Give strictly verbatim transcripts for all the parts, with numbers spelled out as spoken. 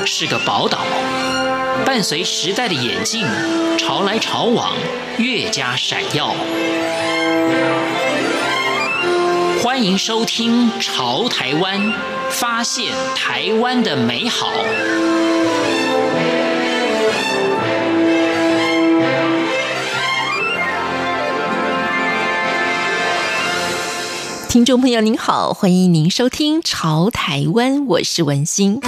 是个宝岛，伴随时代的演进，潮来潮往，越加闪耀。欢迎收听《潮台湾》，发现台湾的美好。 听众朋友您好，欢迎您收听《潮台湾》，我是文心。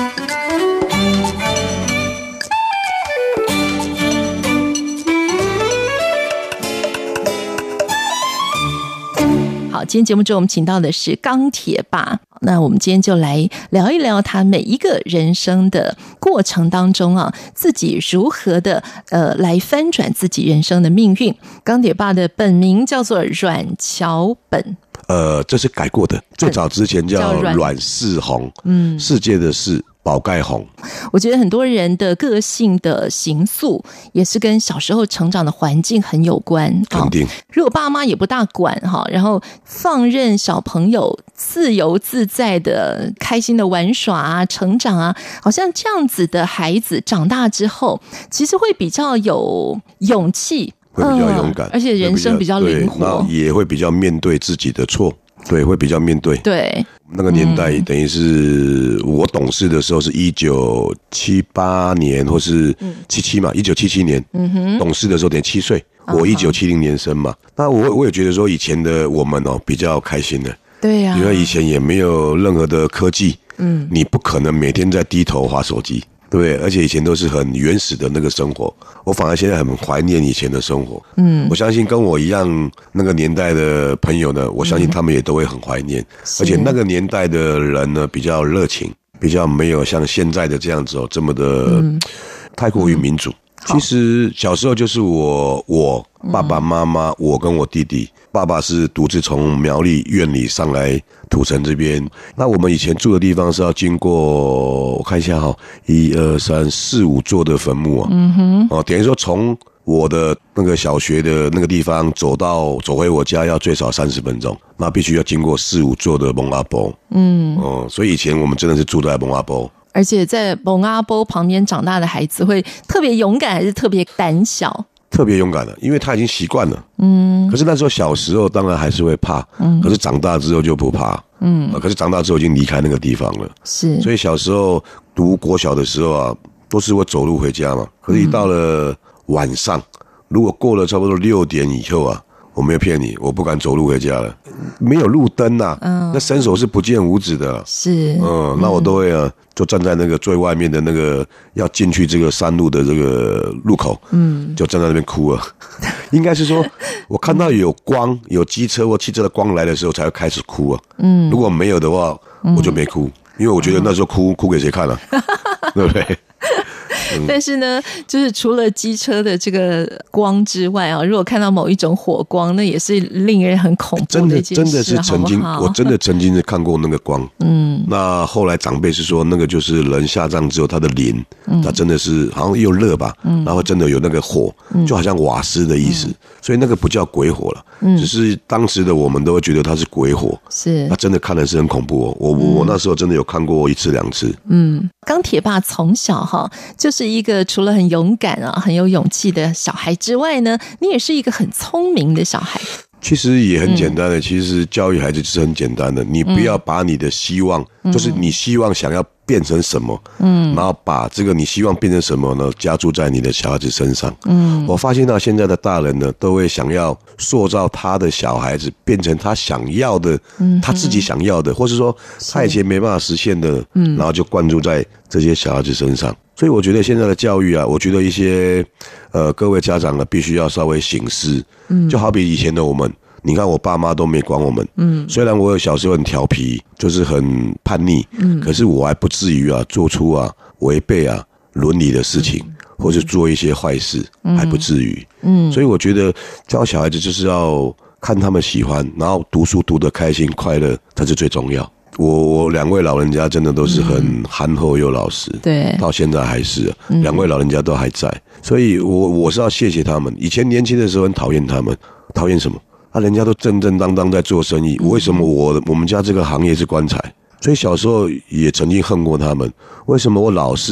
好，今天节目中我们请到的是钢铁爸，那我们今天就来聊一聊他每一个人生的过程当中啊，自己如何的呃来翻转自己人生的命运。钢铁爸的本名叫做阮桥本。 呃，这是改过的，最早之前叫阮世宏，嗯，世界的世，宝盖宏。 我觉得很多人的个性的形塑也是跟小时候成长的环境很有关， 肯定。 如果爸妈也不大管哈，然后放任小朋友自由自在的、开心的玩耍啊、成长啊，好像这样子的孩子长大之后，其实会比较有勇气。 会比较勇敢、嗯， 而且人生比较灵活， 然后也会比较面对自己的错，对，会比较面对。 对， 那个年代等于是我懂事的时候是一九七八年或是七七嘛，一九七七年，嗯哼，懂事的时候等于七岁，我一九七零年生嘛。那我我也觉得说以前的我们哦比较开心的， 对呀、啊， 因为以前也没有任何的科技，嗯，你不可能每天在低头滑手机。对，而且以前都是很原始的那个生活，我反而现在很怀念以前的生活。嗯，我相信跟我一样那个年代的朋友呢，我相信他们也都会很怀念。而且那个年代的人呢，比较热情，比较没有像现在的这样子哦，这么的、嗯、太过于民主。嗯、其实小时候就是我，我爸爸妈妈，我跟我弟弟。爸爸是独自从苗栗苑里上来土城这边，那我们以前住的地方是要经过，我看一下哈、哦，一二三四五座的坟墓啊，嗯哼，哦，等于说从我的那个小学的那个地方走到走回我家要最少三十分钟，那必须要经过四五座的蒙阿波，嗯，哦，所以以前我们真的是住在蒙阿波。 而且在蒙阿波旁边长大的孩子会特别勇敢，还是特别胆小？ 特别勇敢的，因为他已经习惯了。嗯，可是那时候小时候当然还是会怕，嗯，可是长大之后就不怕，嗯，可是长大之后已经离开那个地方了， 是， 所以小时候读国小的时候啊，都是我走路回家嘛。可是一到了晚上，如果过了差不多六点以后啊，我没有骗你，我不敢走路回家了，没有路灯呐、啊，嗯，那伸手是不见五指的， 是， 嗯，那我都会啊。就站在那个最外面的那个要进去这个山路的这个路口，嗯，就站在那边哭了。应该是说，我看到有光、有机车或汽车的光来的时候，才会开始哭啊。嗯，如果没有的话，我就没哭，因为我觉得那时候哭哭给谁看啊？对不对？ 但是呢，就是除了机车的这个光之外啊，如果看到某一种火光，那也是令人很恐怖的一件事。 真的，真的是曾经， 好不好？ 我真的曾经是看过那个光。嗯，那后来长辈是说，那个就是人下葬之后，他的灵，嗯、他真的是好像又热吧，嗯、然后真的有那个火，就好像瓦斯的意思，嗯、所以那个不叫鬼火了，嗯、只是当时的我们都会觉得它是鬼火。 是， 那真的看的是很恐怖哦。我、嗯、我那时候真的有看过一次两次。 嗯，钢铁爸从小哈就是一个除了很勇敢啊、很有勇气的小孩之外呢，你也是一个很聪明的小孩。 其实也很简单的、嗯、其实教育孩子就是很简单的，你不要把你的希望、嗯、就是你希望想要变成什么，嗯，然后把这个你希望变成什么呢加注在你的小孩子身上。嗯，我发现到现在的大人呢都会想要塑造他的小孩子变成他想要的、嗯、他自己想要的，或是说他以前没办法实现的，嗯，然后就灌注在这些小孩子身上。所以我觉得现在的教育啊，我觉得一些呃各位家长呢必须要稍微省思，嗯，就好比以前的我们，你看我爸妈都没管我们，嗯，虽然我有小时候很调皮，就是很叛逆，嗯，可是我还不至于啊做出啊违背啊伦理的事情，嗯、或是做一些坏事，嗯、还不至于，嗯，所以我觉得教小孩子就是要看他们喜欢，然后读书读得开心快乐，这是最重要。我我两位老人家真的都是很憨厚又老实， 对， 到现在还是两位老人家都还在，所以我我是要谢谢他们。以前年轻的时候很讨厌他们，讨厌什么？啊，人家都正正当当在做生意，为什么我我们家这个行业是棺材？所以小时候也曾经恨过他们，为什么我老是啊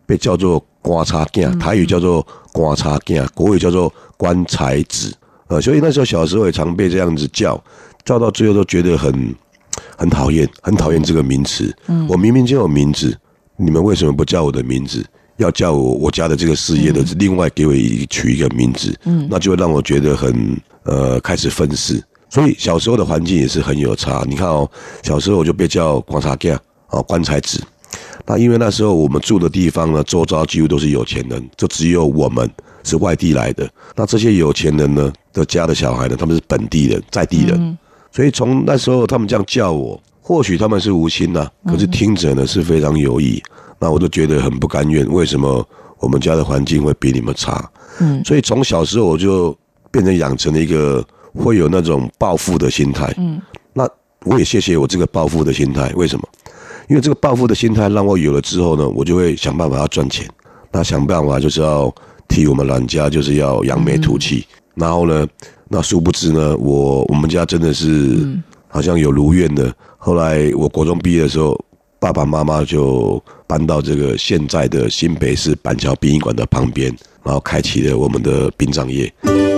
被叫做棺材囝，台语叫做棺材囝，国语叫做棺材子。呃，所以那时候小时候也常被这样子叫，叫到最后都觉得很很讨厌，很讨厌这个名词。嗯，我明明就有名字，你们为什么不叫我的名字？要叫我我家的这个事业的，另外给我取一个名字，嗯，那就会让我觉得很呃开始愤世。所以小时候的环境也是很有差。你看哦，小时候我就被叫棺材囝，哦，棺材子。那因为那时候我们住的地方呢，周遭几乎都是有钱人，就只有我们是外地来的。那这些有钱人呢的家的小孩呢，他们是本地人，在地人。嗯，所以从那时候他们这样叫我，或许他们是无心呐，可是听着呢是非常有意。那我就觉得很不甘愿，为什么我们家的环境会比你们差？嗯，所以从小时候我就变成养成了一个会有那种报复的心态。嗯，那我也谢谢我这个报复的心态，为什么？因为这个报复的心态让我有了之后呢，我就会想办法要赚钱。那想办法就是要替我们老家就是要扬眉吐气。嗯，然后呢，那殊不知呢，我我们家真的是好像有如愿的。后来我国中毕业的时候，爸爸妈妈就搬到这个现在的新北市板桥殡仪馆的旁边，然后开启了我们的殡葬业。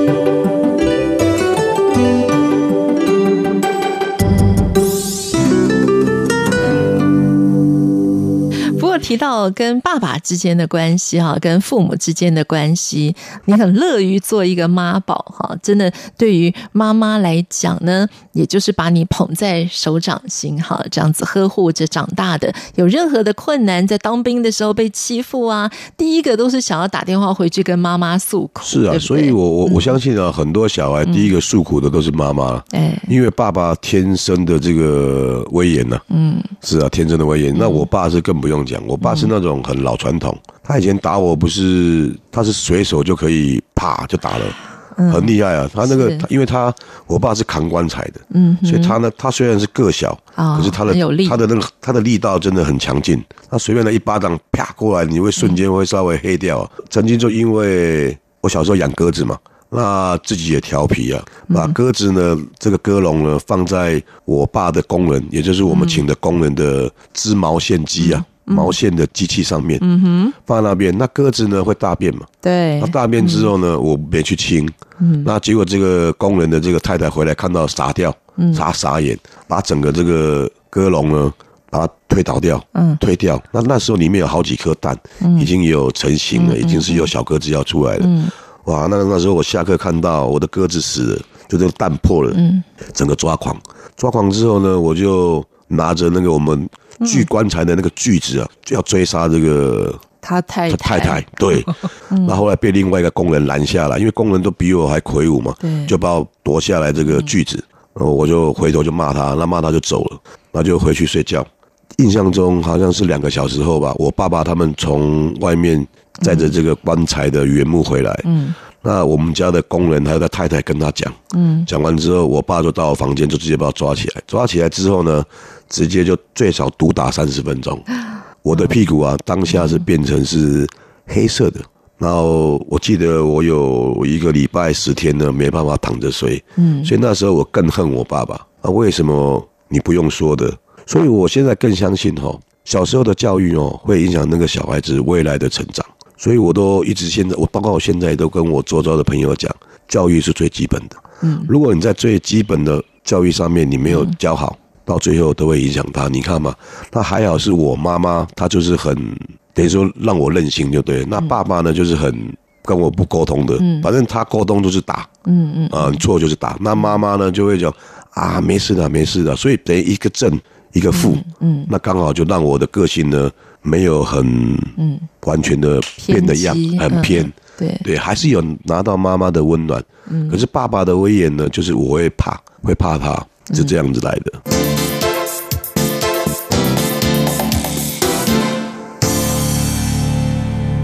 提到跟爸爸之间的关系哈，跟父母之间的关系，你很乐于做一个妈宝哈，真的对于妈妈来讲呢，也就是把你捧在手掌心哈，这样子呵护着长大的。有任何的困难，在当兵的时候被欺负啊，第一个都是想要打电话回去跟妈妈诉苦。 是啊，对对，所以我我我相信啊，嗯，很多小孩第一个诉苦的都是妈妈，嗯，因为爸爸天生的这个威严啊，嗯，是啊，天生的威严。那我爸是更不用讲。我爸是那种很老传统，他以前打我不是，他是随手就可以啪就打了，很厉害啊。他那个，因为他我爸是扛棺材的，嗯，所以他呢，他虽然是个小，哦，可是他的他的那个他的力道真的很强劲。他随便的一巴掌啪过来，你会瞬间会稍微黑掉，啊。曾经就因为我小时候养鸽子嘛。那自己也调皮啊，把鸽子呢，这个鸽笼呢放在我爸的工人，也就是我们请的工人的织毛线机啊，嗯，毛线的机器上面，嗯哼，放在那边。那鸽子呢会大便嘛？对。那大便之后呢，嗯，我没去清，嗯，那结果这个工人的这个太太回来看到傻掉，嗯，傻傻眼，把整个这个鸽笼呢，把它推倒掉，嗯，推掉。那那时候里面有好几颗蛋，嗯，已经有成型了，嗯，已经是有小鸽子要出来了，嗯。哇，那那时候我下课看到我的鸽子死了，就这个蛋破了，嗯，整个抓狂，抓狂之后呢，我就拿着那个我们锯棺材的那个锯子啊，就要追杀这个他太太， 太太，对，嗯，那后来被另外一个工人拦下来，因为工人都比我还魁梧嘛，对，就把我夺下来这个锯子，然后我就回头就骂他，那骂他就走了，那就回去睡觉。印象中好像是两个小时后吧，我爸爸他们从外面载着这个棺材的原木回来，嗯，那我们家的工人还有他太太跟他讲，嗯，讲完之后，我爸就到我房间就直接把他抓起来，抓起来之后呢，直接就最少毒打三十分钟，我的屁股啊，当下是变成是黑色的，然后我记得我有一个礼拜十天呢没办法躺着睡，嗯，所以那时候我更恨我爸爸啊，为什么你不用说的？所以我现在更相信齁，小时候的教育哦，会影响那个小孩子未来的成长。所以我都一直现在，我包括我现在都跟我周遭的朋友讲，教育是最基本的。嗯，如果你在最基本的教育上面你没有教好，到最后都会影响他。你看嘛，那还好是我妈妈，她就是很等于说让我任性就对了。那爸爸呢，就是很跟我不沟通的，反正他沟通就是打，嗯嗯啊，你错就是打。那妈妈呢就会讲啊，没事的，没事的。所以等于一个正一个负，嗯，那刚好就让我的个性呢没有很嗯完全的变得样，很偏，嗯，对对，还是有拿到妈妈的温暖，嗯，可是爸爸的威严呢，就是我会怕，会怕他，是这样子来的。嗯， 但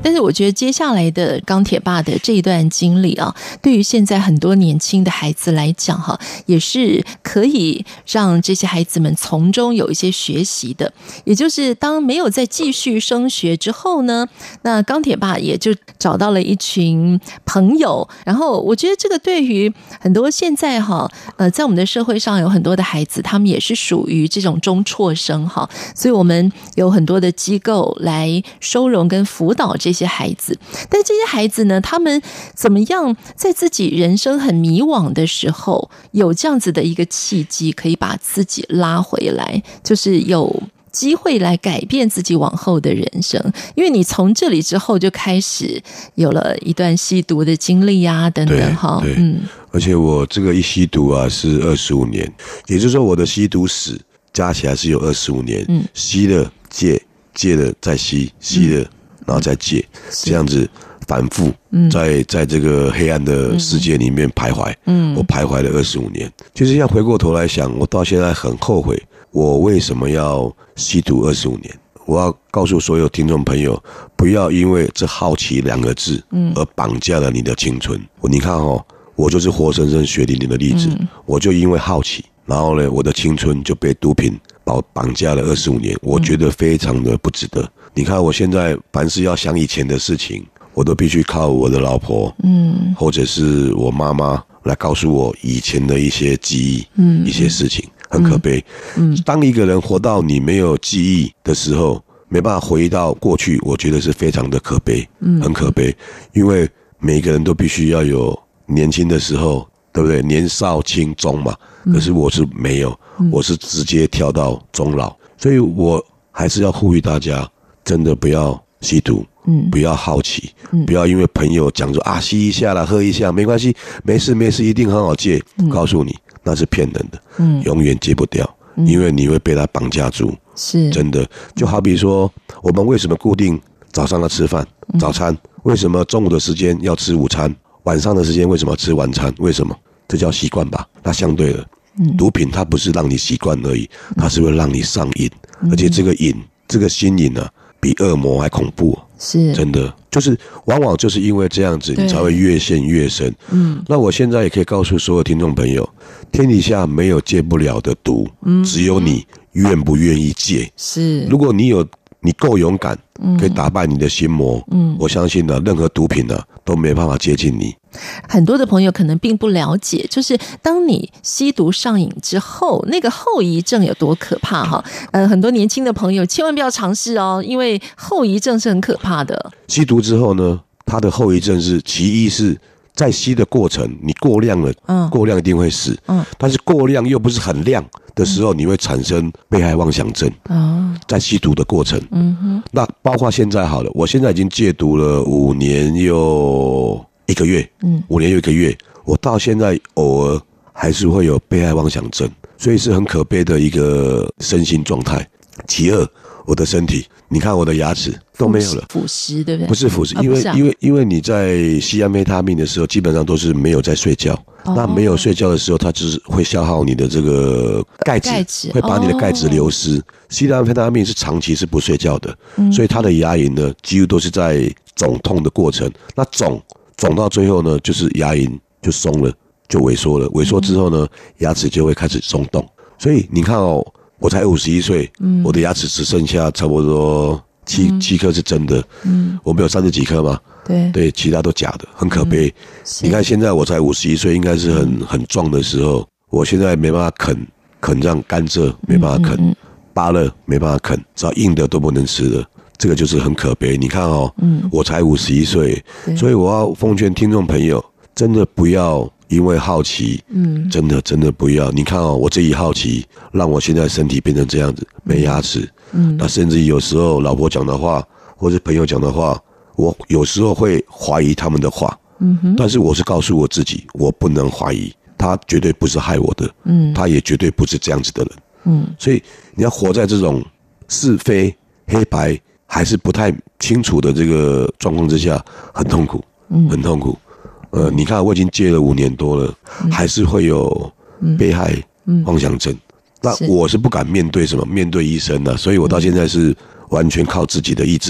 但是我觉得接下来的钢铁爸的这一段经历啊，对于现在很多年轻的孩子来讲哈，也是可以让这些孩子们从中有一些学习的。也就是当没有再继续升学之后呢，那钢铁爸也就找到了一群朋友。然后我觉得这个对于很多现在哈呃在我们的社会上有很多的孩子，他们也是属于这种中辍生哈，所以我们有很多的机构来收容跟辅导这些孩子。但这些孩子呢，他们怎么样在自己人生很迷惘的时候，有这样子的一个契机，可以把自己拉回来，就是有机会来改变自己往后的人生。因为你从这里之后就开始有了一段吸毒的经历啊等等哈。 嗯，而且我这个一吸毒啊是二十五年，也就是说我的吸毒史加起来是有二十五年。嗯，吸了戒，戒了再吸，吸了然后再戒，这样子反复在在这个黑暗的世界里面徘徊。嗯，我徘徊了二十五年。其实现在回过头来想，我到现在很后悔，我为什么要吸毒二十五年？我要告诉所有听众朋友，不要因为这好奇两个字而绑架了你的青春。你看哦，我就是活生生血淋淋的例子。我就因为好奇，然后呢，我的青春就被毒品绑绑架了二十五年，我觉得非常的不值得。你看我现在凡是要想以前的事情，我都必须靠我的老婆，嗯，或者是我妈妈来告诉我以前的一些记忆，嗯，一些事情。很可悲。嗯，当一个人活到你没有记忆的时候，没办法回到过去，我觉得是非常的可悲，嗯，很可悲。因为每个人都必须要有年轻的时候，对不对？年少轻中嘛。可是我是没有，我是直接跳到终老，所以我还是要呼吁大家，真的不要吸毒。嗯，不要好奇，嗯，不要因为朋友讲说啊吸一下啦，喝一下没关系，没事没事，一定很好戒。嗯，告诉你那是骗人的，嗯，永远戒不掉，嗯，因为你会被他绑架住。是真的。就好比说，我们为什么固定早上要吃饭，早餐？为什么中午的时间要吃午餐？晚上的时间为什么要吃晚餐？为什么？这叫习惯吧？那相对的，嗯，毒品它不是让你习惯而已，它是会让你上瘾，而且这个瘾，这个心瘾啊，比恶魔还恐怖。是真的，就是往往就是因为这样子，你才会越陷越深。嗯，那我现在也可以告诉所有听众朋友，天底下没有戒不了的毒，嗯，只有你愿不愿意戒。是，如果你有，你够勇敢，可以打败你的心魔。嗯，我相信呢，任何毒品呢都没办法接近你。 很多的朋友可能并不了解，就是当你吸毒上瘾之后，那个后遗症有多可怕哈。呃，很多年轻的朋友千万不要尝试哦，因为后遗症是很可怕的。 吸毒之后呢，它的后遗症是，其一是在吸的过程，你过量了，嗯，过量一定会死，嗯，但是过量又不是很亮的时候，你会产生被害妄想症。哦，在吸毒的过程，嗯哼，那包括现在好了，我现在已经戒毒了五年又一个月，嗯，五年又一个月，我到现在偶尔还是会有被害妄想症，所以是很可悲的一个身心状态。其二，我的身体，你看我的牙齿都没有了， 腐蚀对不对？ 不是腐蚀，因为、啊、因为因为你在吸安非他命的时候，基本上都是没有在睡觉。哦、那没有睡觉的时候，它就是会消耗你的这个钙质，钙质会把你的钙质流失。哦、吸安非他命是长期是不睡觉的，嗯、所以它的牙龈呢，几乎都是在肿痛的过程。那肿肿到最后呢，就是牙龈就松了，就萎缩了。萎缩之后呢，牙齿就会开始松动。所以你看哦。我才五十一岁，嗯，我的牙齿只剩下差不多七、嗯、七颗是真的，嗯，我没有三十几颗嘛，对对，其他都假的，很可悲。嗯、你看现在我才五十一岁，应该是很很壮的时候，我现在没办法啃啃这样甘蔗，没办法啃，嗯嗯、芭乐没办法啃，只要硬的都不能吃了，这个就是很可悲。你看哦，嗯，我才五十一岁，所以我要奉劝听众朋友，真的不要。因为好奇，嗯，真的真的不要。你看哦，我这一好奇，让我现在身体变成这样子，没牙齿，嗯，那甚至有时候老婆讲的话，或者朋友讲的话，我有时候会怀疑他们的话，嗯哼，但是我是告诉我自己，我不能怀疑，他绝对不是害我的，嗯，他也绝对不是这样子的人，嗯，所以你要活在这种是非黑白还是不太清楚的这个状况之下，很痛苦，嗯，很痛苦。呃，你看我已经戒了五年多了，嗯、还是会有被害妄想症。嗯嗯、那我是不敢面对什么，面对医生的、啊，所以我到现在是完全靠自己的意志力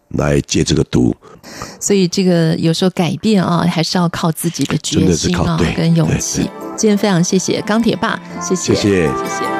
来戒这个毒。 所以这个有时候改变啊，还是要靠自己的决心啊，跟勇气。今天非常谢谢钢铁爸，谢谢， 谢谢， 谢谢。